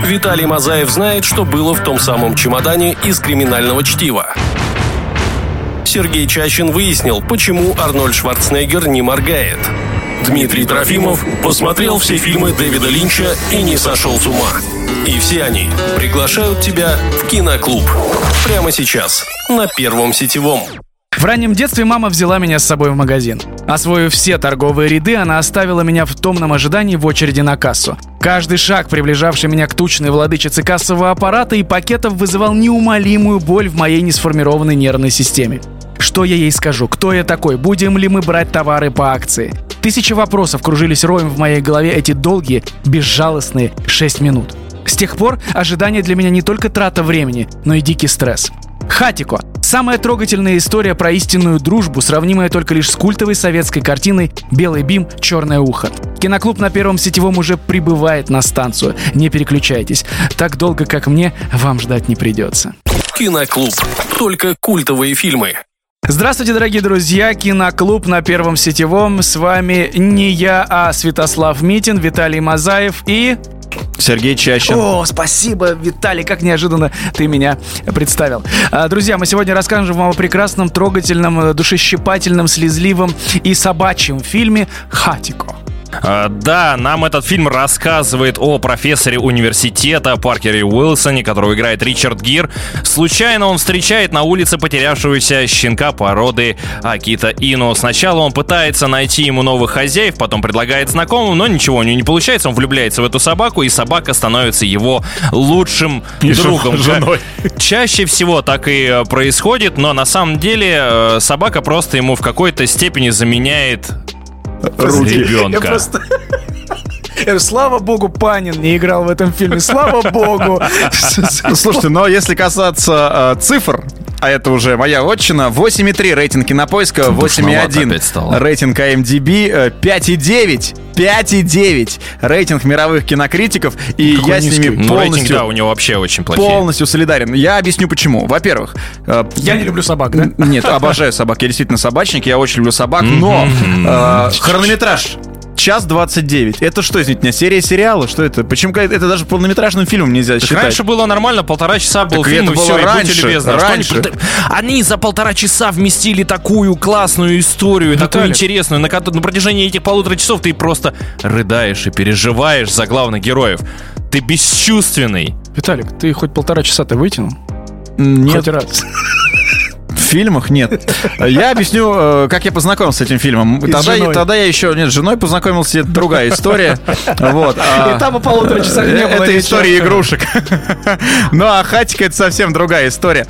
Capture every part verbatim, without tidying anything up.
Виталий Мазаев знает, что было в том самом чемодане из криминального чтива. Сергей Чащин выяснил, почему Арнольд Шварценеггер не моргает. Дмитрий Трофимов посмотрел все фильмы Дэвида Линча и не сошел с ума. И все они приглашают тебя в киноклуб. Прямо сейчас, на Первом сетевом. В раннем детстве мама взяла меня с собой в магазин. Освоив все торговые ряды, она оставила меня в томном ожидании в очереди на кассу. Каждый шаг, приближавший меня к тучной владычице кассового аппарата и пакетов, вызывал неумолимую боль в моей несформированной нервной системе. Что я ей скажу? Кто я такой? Будем ли мы брать товары по акции? Тысячи вопросов кружились роем в моей голове эти долгие, безжалостные шесть минут. С тех пор ожидание для меня не только трата времени, но и дикий стресс. «Хатико» — самая трогательная история про истинную дружбу, сравнимая только лишь с культовой советской картиной «Белый бим, черное ухо». Киноклуб на Первом сетевом уже прибывает на станцию. Не переключайтесь. Так долго, как мне, вам ждать не придется. Киноклуб. Только культовые фильмы. Здравствуйте, дорогие друзья! Киноклуб на Первом сетевом. С вами не я, а Святослав Митин, Виталий Мазаев и... Сергей Чащин. О, спасибо, Виталий, как неожиданно ты меня представил. Друзья, мы сегодня расскажем вам о прекрасном, трогательном, душещипательном, слезливом и собачьем фильме «Хатико». Да, нам этот фильм рассказывает о профессоре университета Паркере Уилсоне, которого играет Ричард Гир. Случайно он встречает на улице потерявшегося щенка породы Акита Ину. Сначала он пытается найти ему новых хозяев, потом предлагает знакомым, но ничего у него не получается. Он влюбляется в эту собаку, и собака становится его лучшим и другом. Женой. Чаще всего так и происходит, но на самом деле собака просто ему в какой-то степени заменяет... руки ребенка. Просто... Слава богу, Панин не играл в этом фильме. Слава богу. Слушайте, но если касаться э, цифр, а это уже моя отчина, восемь и три рейтинг Кинопоиска, восемь и один рейтинг ай эм ди би, пять и девять пять и девять рейтинг мировых кинокритиков. И какой я низкий. С ними полностью... Ну, рейтинг, да, у него вообще очень плохие. Полностью солидарен. Я объясню почему. Во-первых... Э, я не люблю собак, да? Нет, обожаю собак. Я действительно собачник, я очень люблю собак, но э, хронометраж... час двадцать девять. Это что, извините меня, серия сериала? Что это? Почему это даже полнометражным фильмом нельзя так считать? Раньше было нормально, полтора часа был так фильм, и все, раньше, и будьте любезны. Раньше. Они, они за полтора часа вместили такую классную историю, Виталик. Такую интересную. На, на протяжении этих полутора часов ты просто рыдаешь и переживаешь за главных героев. Ты бесчувственный. Виталик, ты хоть полтора часа-то вытянул? Нет. Хоть раз. В фильмах нет. Я объясню, как я познакомился с этим фильмом. Тогда, тогда я еще нет, с женой познакомился, это другая история. Вот. А... И там о полутора часах не было. Это история игрушек. Ну а «Хатико» — это совсем другая история.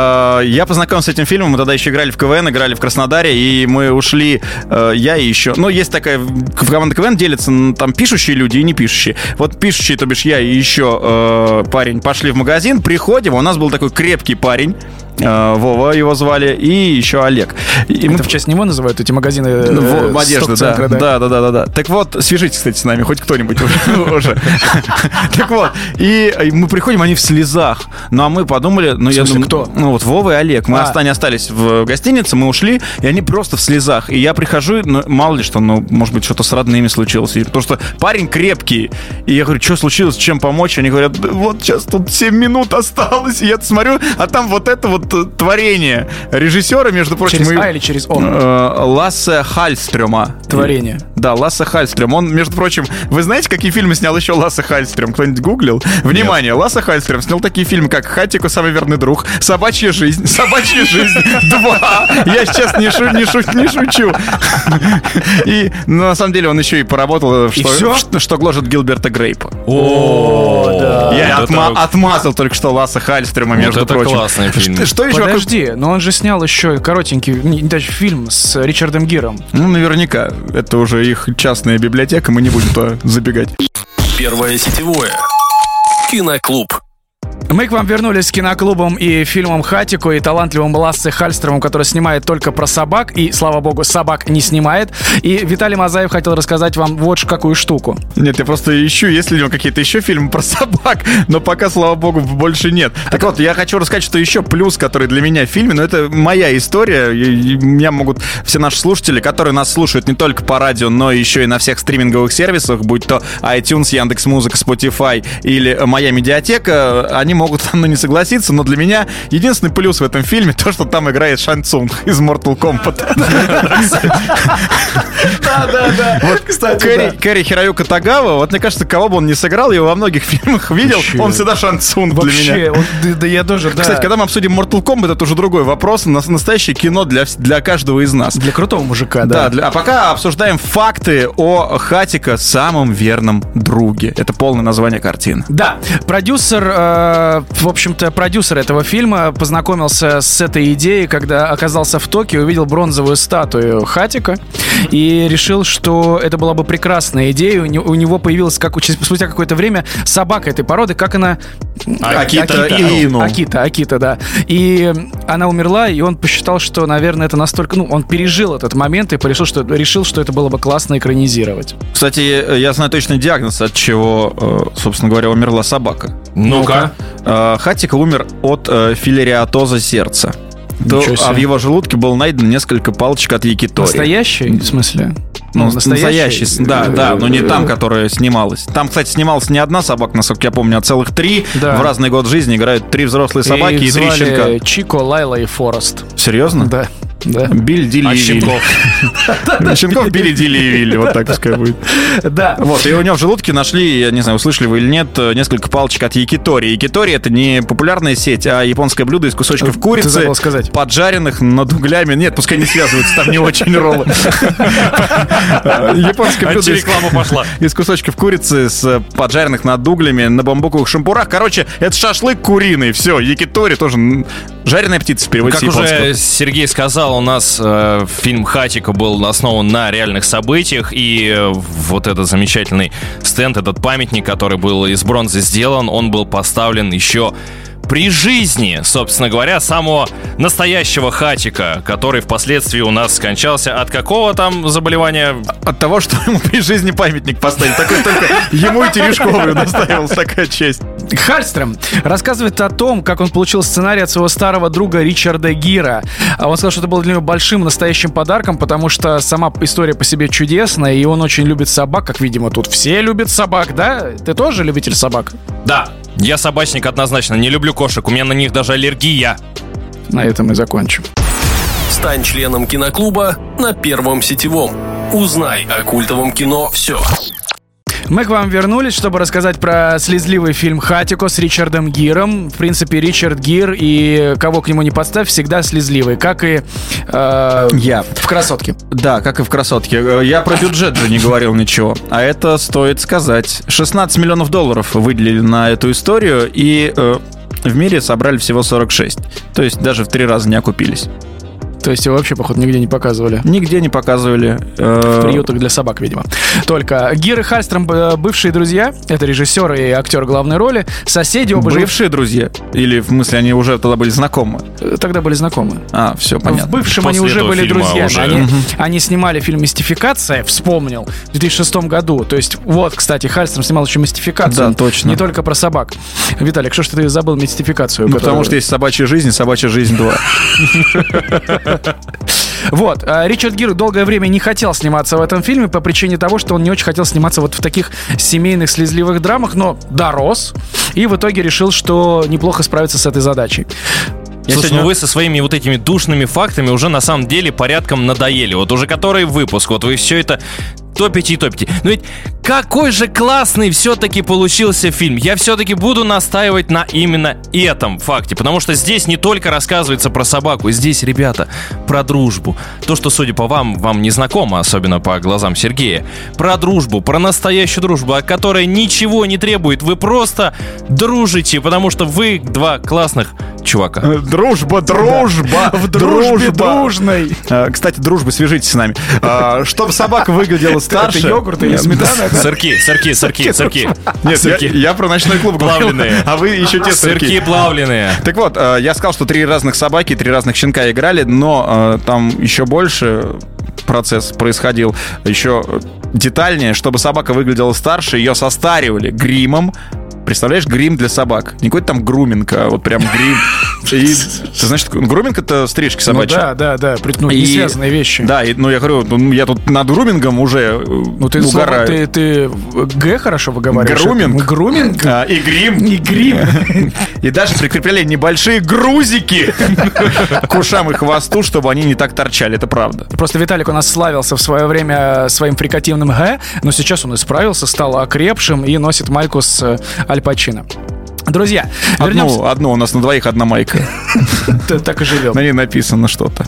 Я познакомился с этим фильмом, мы тогда еще играли в КВН, играли в Краснодаре, и мы ушли, я и еще... Ну, есть такая... В команде КВН делятся там пишущие люди и не пишущие. Вот пишущие, то бишь я и еще парень, пошли в магазин, приходим, у нас был такой крепкий парень, Вова его звали, и еще Олег. И это мы... в честь него называют эти магазины э, в одежду, да. Да, да, да, да, да. Так вот, свяжитесь, кстати, с нами, хоть кто-нибудь уже. Так вот, и мы приходим, они в слезах. Ну, а мы подумали, ну, я думаю, кто? Ну, вот Вова и Олег. Мы остались в гостинице, мы ушли, и они просто в слезах. И я прихожу, ну, мало ли что, ну, может быть, что-то с родными случилось. Потому что парень крепкий. И я говорю, что случилось, чем помочь? Они говорят, вот сейчас тут семь минут осталось. И я смотрю, а там вот это вот творение режиссера, между прочим... Через мы, А или через О? Э, Лассе Хальстрёма. Творение. Да, Лассе Хальстрём. Он, между прочим, вы знаете, какие фильмы снял еще Лассе Хальстрём? Кто-нибудь гуглил? Внимание, Нет. Лассе Хальстрём снял такие фильмы, как «Хатико. Самый верный друг», «Собачья жизнь», «Собачья жизнь два». Я сейчас не, шу, не, шу, не шучу. И ну, на самом деле он еще и поработал, и что, что, что гложет Гилберта Грейпа. О, да. Я отма- отмазал только что Лассе Хальстрёма, между вот прочим. Это классный фильм. Что еще? Подожди, но он же снял еще коротенький, даже фильм с Ричардом Гиром. Ну, наверняка. Это уже их частная библиотека, мы не будем туда забегать. Первое сетевое. Киноклуб. Мы к вам вернулись с киноклубом и фильмом «Хатико» и талантливым Лассе Хальстромом, который снимает только про собак, и, слава богу, собак не снимает. И Виталий Мазаев хотел рассказать вам вот какую штуку. Нет, я просто ищу, есть ли у него какие-то еще фильмы про собак, но пока, слава богу, больше нет. Так вот, я хочу рассказать, что еще плюс, который для меня в фильме, но это моя история. И меня могут все наши слушатели, которые нас слушают не только по радио, но еще и на всех стриминговых сервисах, будь то iTunes, Яндекс.Музыка, Spotify или моя медиатека, они могут со мной не согласиться, но для меня единственный плюс в этом фильме то, что там играет Шан Цунг из Mortal Kombat. Да-да-да. Вот, кстати, Кэри Хироюка Тагава, вот мне кажется, кого бы он не сыграл, я его во многих фильмах видел, он всегда Шан Цунг для меня. Вообще, да я тоже, да. Кстати, когда мы обсудим Mortal Kombat, это уже другой вопрос, настоящее кино для, для каждого из нас. Для крутого мужика, да. Да, для, а пока обсуждаем факты о Хатико, самом верном друге. Это полное название картины. Да, продюсер, э, в общем-то, продюсер этого фильма познакомился с этой идеей, когда оказался в Токио, увидел бронзовую статую Хатико и решил, что это была бы прекрасная идея. У него появилась, как спустя какое-то время, собака этой породы, как она... Акита Ину. Акита, Акита, да. И она умерла, и он посчитал, что, наверное, это настолько... Ну, он пережил этот момент и решил, что, решил, что это было бы классно экранизировать. Кстати, я знаю точный диагноз, от чего, собственно говоря, умерла собака. Ну-ка. Хатико умер от филариатоза сердца. То, а в его желудке было найдено несколько палочек от якитори. Настоящий, в смысле? Ну, настоящий, настоящий, да, да, но не там, которая снималась. Там, кстати, снималась не одна собака, насколько я помню, а целых три. Да. В разный год жизни играют три взрослые собаки и, и три щенка. Чико, Лайла и Форест. Серьезно? Да. Да. Билли, Дилли а и Вилли. Щенков Билли, Дилли и Вилли. Вот так пускай будет. Да. Вот, и у него в желудке нашли, я не знаю, услышали вы или нет, несколько палочек от якитори. Якитори — это не популярная сеть, а японское блюдо из кусочков курицы, поджаренных над углями. Нет, пускай не связываются, там не очень роллы. Японское блюдо реклама пошла. Из кусочков курицы с поджаренных над углями на бамбуковых шампурах. Короче, это шашлык куриный. Все, якитори тоже жареная птица в переводе с японского. Как уже Сергей сказал, у нас э, фильм «Хатико» был основан на реальных событиях, и э, вот этот замечательный стенд, этот памятник, который был из бронзы сделан, он был поставлен еще при жизни, собственно говоря, самого настоящего Хатико, который впоследствии у нас скончался от какого там заболевания? От того, что ему при жизни памятник поставили. Такой только ему и Терешкову доставилась такая честь. Хальстром рассказывает о том, как он получил сценарий от своего старого друга Ричарда Гира. Он сказал, что это было для него большим настоящим подарком, потому что сама история по себе чудесная, и он очень любит собак, как, видимо, тут все любят собак, да? Ты тоже любитель собак? Да. Я собачник однозначно, не люблю кошек, у меня на них даже аллергия. На этом и закончим. Стань членом киноклуба на Первом сетевом. Узнай о культовом кино все. Мы к вам вернулись, чтобы рассказать про слезливый фильм «Хатико» с Ричардом Гиром. В принципе, Ричард Гир, и кого к нему не подставь, всегда слезливый, как и э, я в «Красотке». Да, как и в «Красотке». Я про бюджет же не говорил ничего, а это стоит сказать. шестнадцать миллионов долларов выделили на эту историю, и э, в мире собрали всего сорок шесть. То есть даже в три раза не окупились. То есть его вообще, походу, нигде не показывали? Нигде не показывали. В приютах для собак, видимо. Только Гир и Хальстром бывшие друзья. Это режиссер и актер главной роли. Соседи оба... Бывшие жив... друзья? Или, в смысле, они уже тогда были знакомы? Тогда были знакомы. А, все, понятно. В бывшем После они уже были друзьями. Уже. Они, угу. они снимали фильм «Мистификация», вспомнил, в две тысячи шестом году. То есть, вот, кстати, Хальстром снимал еще «Мистификацию». Да, точно. Не только про собак. Виталик, что ж ты забыл «Мистификацию»? Ну, которую... потому что есть «Собачья жизнь» и «Собачья жизнь два». Вот, Ричард Гир долгое время не хотел сниматься в этом фильме по причине того, что он не очень хотел сниматься вот в таких семейных слезливых драмах, но дорос и в итоге решил, что неплохо справится с этой задачей. Я Слушай, сегодня... ну вы со своими вот этими душными фактами уже на самом деле порядком надоели. Вот уже который выпуск, вот вы все это топите и топите. Но ведь какой же классный все-таки получился фильм. Я все-таки буду настаивать на именно этом факте, потому что здесь не только рассказывается про собаку, здесь, ребята, про дружбу. То, что, судя по вам, вам не знакомо, особенно по глазам Сергея. Про дружбу, про настоящую дружбу, от которой ничего не требует. Вы просто дружите, потому что вы два классных чувака. Дружба, дружба, в дружбе дружной. Кстати, дружба, свяжитесь с нами. Чтобы собака выглядела старше. Это йогурт или сметана? Сырки, сырки, сырки, сырки. Нет, я, я про ночной клуб плавленые. А вы еще те сырки. Сырки плавленые. Так вот, я сказал, что три разных собаки, три разных щенка играли, но там еще больше процесс происходил, еще детальнее. Чтобы собака выглядела старше, ее состаривали гримом. Представляешь, грим для собак. Не какой-то там груминг, а вот прям грим. И, ты знаешь, груминг — это стрижки собачьи. Ну да, да, да, ну, не связанные вещи. Да, и, ну я говорю, я тут над грумингом уже ну, ты угораю. Слово, ты, ты Г хорошо выговариваешь. Груминг. Груминг. А, и грим. И грим. И даже прикрепляли небольшие грузики к ушам и хвосту, чтобы они не так торчали, это правда. Просто Виталик у нас славился в свое время своим фрикативным Г, но сейчас он исправился, стал окрепшим и носит майку с Аль Пачино. Друзья, одну, вернемся... одну, у нас на двоих одна майка. Так и живем. На ней написано что-то.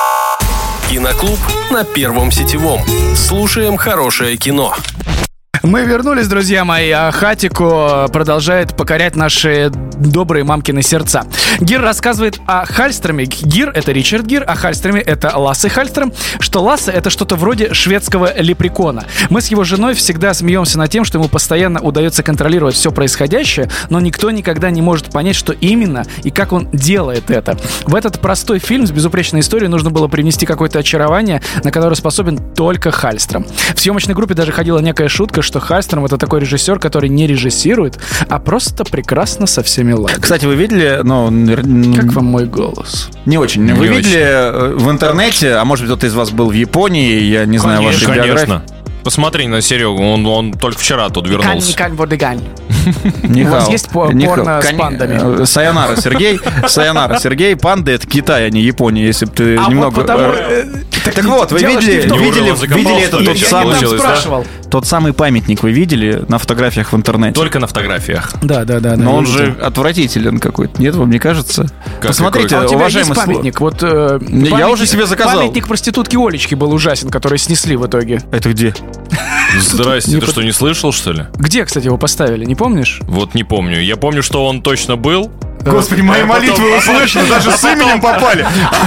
Киноклуб на Первом сетевом. Слушаем хорошее кино. Мы вернулись, друзья мои, а Хатико продолжает покорять наши добрые мамкины сердца. Гир рассказывает о Хальстроме. Гир — это Ричард Гир, а Хальстроме — это Лассе Хальстром, что Лассе — это что-то вроде шведского лепрекона. Мы с его женой всегда смеемся над тем, что ему постоянно удается контролировать все происходящее, но никто никогда не может понять, что именно и как он делает это. В этот простой фильм с безупречной историей нужно было привнести какое-то очарование, на которое способен только Хальстром. В съемочной группе даже ходила некая шутка, что Хальстром — это такой режиссер, который не режиссирует, а просто прекрасно со всеми ладит. Кстати, вы видели, ну... Как вам мой голос? Не очень. Не вы очень. видели в интернете, а может быть кто-то из вас был в Японии, я не знаю вашей биографии. Конечно. Посмотри на Серегу, он, он только вчера тут вернулся. Кань, Бодыгань. Нихао. У вас есть по- Нихао. порно с Кон- пандами? Сайонара, Сергей. Сайонара, Сергей. Панды — это Китай, а не Япония, если бы ты А немного... вот потому... Так вот, вы дело видели, не в том, видели, что закопал, видели что это ли? тот Я не самый, получилось, да? спрашивал. тот самый памятник вы видели на фотографиях в интернете? Только на фотографиях. Да, да, да. да, Но я он видел. же отвратителен какой-то. Нет, вам не кажется? Как Посмотрите, А у тебя уважаемый есть сло- памятник? Вот, э, Я памятник- уже себе заказал. Памятник проститутки Олечки был ужасен, который снесли в итоге. Это где? Здрасте, Не ты под- что, не слышал, что ли? Где, кстати, его поставили, не помнишь? Вот не помню. Я помню, что он точно был. Господи, мои молитвы услышаны, даже с именем попали.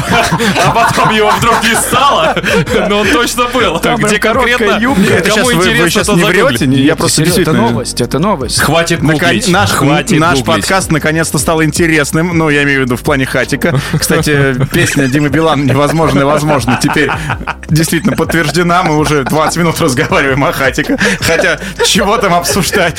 А потом его вдруг не стало. Но он точно был. Там Где прям короткая конкретно? юбка. Это Кому сейчас вы, вы интересно, сейчас тот не загуглит. врете? Я Нет, просто серьезно, действительно... Это новость, это новость. Хватит Након- гуглить. Наш, Хватит наш гуглить. подкаст наконец-то стал интересным. Ну, я имею в виду в плане Хатика. Кстати, песня Димы Билана «Невозможно, возможно» теперь действительно подтверждена. Мы уже двадцать минут разговариваем о Хатика. Хотя, чего там обсуждать?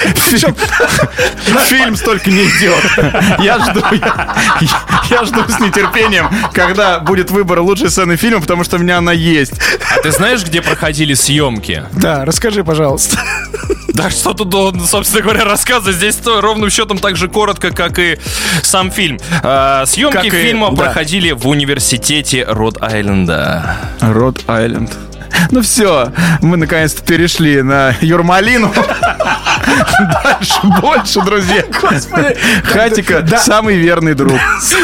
Фильм столько не идет. Я жду, я, я жду с нетерпением, когда будет выбор лучшей сцены фильма, потому что у меня она есть. А ты знаешь, где проходили съемки? Да, расскажи, пожалуйста. Да что тут, он, собственно говоря, рассказывать. Здесь то ровным счетом так же коротко, как и сам фильм. А, съемки Как и- фильма да. проходили в университете Род-Айленда. Род-Айленд. Ну все, мы наконец-то перешли на Юрмалину. Дальше больше, друзья. Господи. Хатика Да. самый верный друг.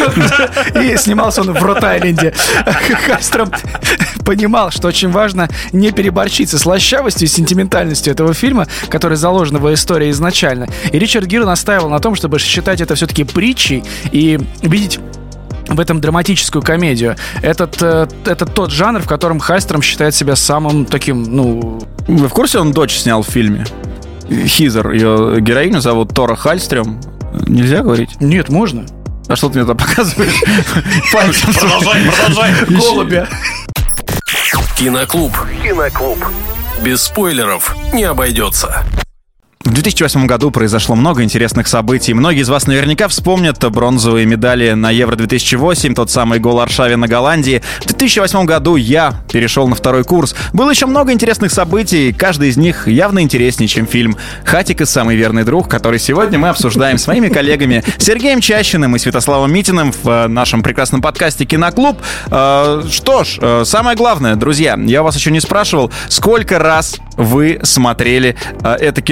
И снимался он в Рот-Айленде. Хальстром понимал, что очень важно не переборщить со слащавостью и сентиментальностью этого фильма, который заложен в его истории изначально. И Ричард Гир настаивал на том, чтобы считать это все-таки притчей и видеть в этом драматическую комедию. Этот, э, это тот жанр, в котором Хальстром считает себя самым таким, ну... Вы в курсе, он дочь снял в фильме? Хизер, ее героиню зовут Тора Хальстрем. Нельзя говорить? Нет, можно. А что ты мне там показываешь? Пальцем. Продолжай, продолжай. Голубя. Киноклуб. Киноклуб. Без спойлеров не обойдется. В две тысячи восьмом году произошло много интересных событий. Многие из вас наверняка вспомнят бронзовые медали на Евро-две тысячи восемь, тот самый гол Аршавина Голландии. В две тысячи восьмом году я перешел на второй курс. Было еще много интересных событий, каждый из них явно интереснее, чем фильм «Хатик и самый верный друг», который сегодня мы обсуждаем с моими коллегами Сергеем Чащиным и Святославом Митиным в нашем прекрасном подкасте «Киноклуб». Э, Что ж, э, самое главное, друзья, я вас еще не спрашивал, сколько раз вы смотрели э, это кино. Только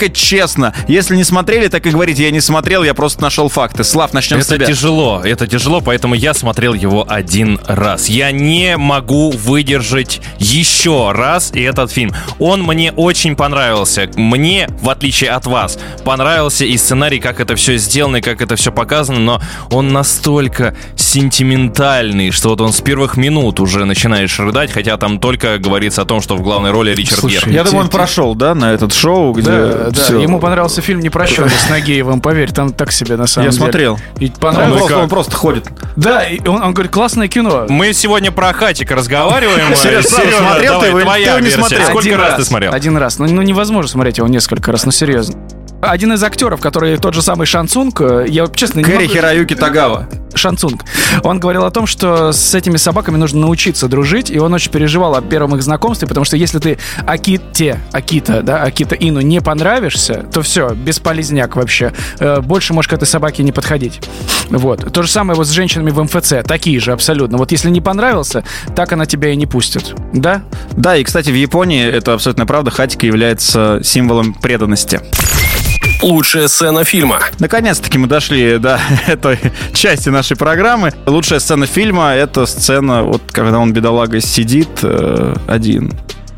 только честно. Если не смотрели, так и говорите, я не смотрел, я просто нашел факты. Слав, начнем это с тебя. Это тяжело, это тяжело, поэтому я смотрел его один раз. Я не могу выдержать еще раз этот фильм. Он мне очень понравился. Мне, в отличие от вас, понравился и сценарий, как это все сделано, и как это все показано, но он настолько сентиментальный, что вот он с первых минут уже начинаешь рыдать, хотя там только говорится о том, что в главной роли Ричард Слушай, Гир. Я думаю, он прошел, да, на этот шоу, где Да, да, всё. ему понравился фильм «Непрощенный» с Нагиевым, поверь, там так себе на самом Я деле. смотрел. И Он понравилось. просто, он просто ходит. Да, и он, он говорит, классное кино. Мы сегодня про Хатика разговариваем. Серьезно, Сережа, смотрел давай, ты его или твоя ты его не версия. смотрел? Сколько Один раз ты смотрел? Один раз. Ну, ну, невозможно смотреть его несколько раз, ну серьезно. Один из актеров, который тот же самый Шан Цунг, я честно не Кэри могу... Хироюки Тагава. Шан Цунг. Он говорил о том, что с этими собаками нужно научиться дружить, и он очень переживал о первом их знакомстве, потому что если ты Аките, Акита, да, Акита Ину не понравишься, то все, бесполезняк вообще. Э, Больше можешь к этой собаке не подходить. Вот. То же самое вот с женщинами в эм эф цэ, такие же абсолютно. Вот если не понравился, так она тебя и не пустит. Да? Да, и, кстати, в Японии, это абсолютно правда, Хатико является символом преданности. Лучшая сцена фильма. Наконец-таки мы дошли до этой части нашей программы. Лучшая сцена фильма — это сцена, вот когда он, бедолага, сидит э, один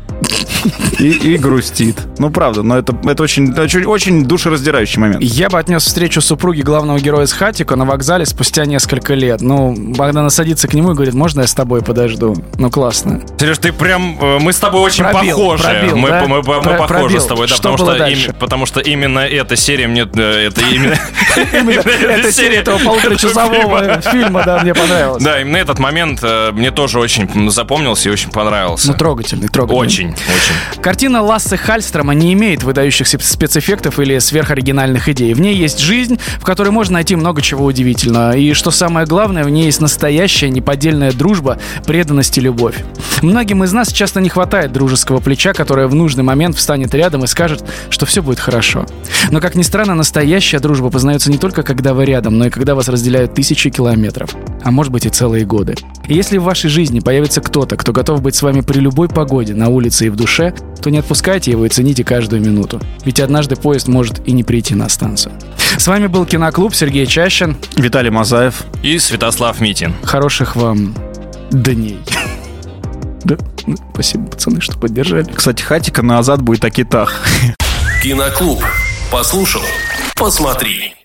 и, и грустит. Ну, правда, но это, это очень, очень, очень душераздирающий момент. Я бы отнес встречу супруги главного героя с Хатико на вокзале спустя несколько лет. Ну, Богдана садится к нему и говорит, можно я с тобой подожду? Ну, классно. Сереж, ты прям... э, Мы с тобой очень Пробил, похожи. пробил, мы, да? мы, мы Про- похожи пробил. с тобой, да, Что потому было что, дальше? им- потому что именно эта серия мне... э, Это именно... Это серия этого полуторачасового фильма, да, мне понравилась. Да, именно этот момент э, мне тоже очень запомнился и очень понравился. Ну, трогательный, трогательный. Очень, очень. Картина Лассе Хальстрома не имеет выдающихся спецэффектов или сверхоригинальных идей. В ней есть жизнь, в которой можно найти много чего удивительного. И что самое главное, в ней есть настоящая неподдельная дружба, преданность и любовь. Многим из нас часто не хватает дружеского плеча, которое в нужный момент встанет рядом и скажет, что все будет хорошо. Но, как ни странно, настоящая дружба познается не только когда вы рядом, но и когда вас разделяют тысячи километров, а может быть и целые годы. И если в вашей жизни появится кто-то, кто готов быть с вами при любой погоде, на улице и в душе, то не отпускайте его и цените каждую минуту. Ведь однажды поезд может и не прийти на станцию. С вами был Киноклуб, Сергей Чащин. Виталий Мазаев. И Святослав Митин. Хороших вам дней. Да? Ну, спасибо, пацаны, что поддержали. Кстати, Хатико на Азат будет Акитах. Киноклуб. Послушал, посмотри.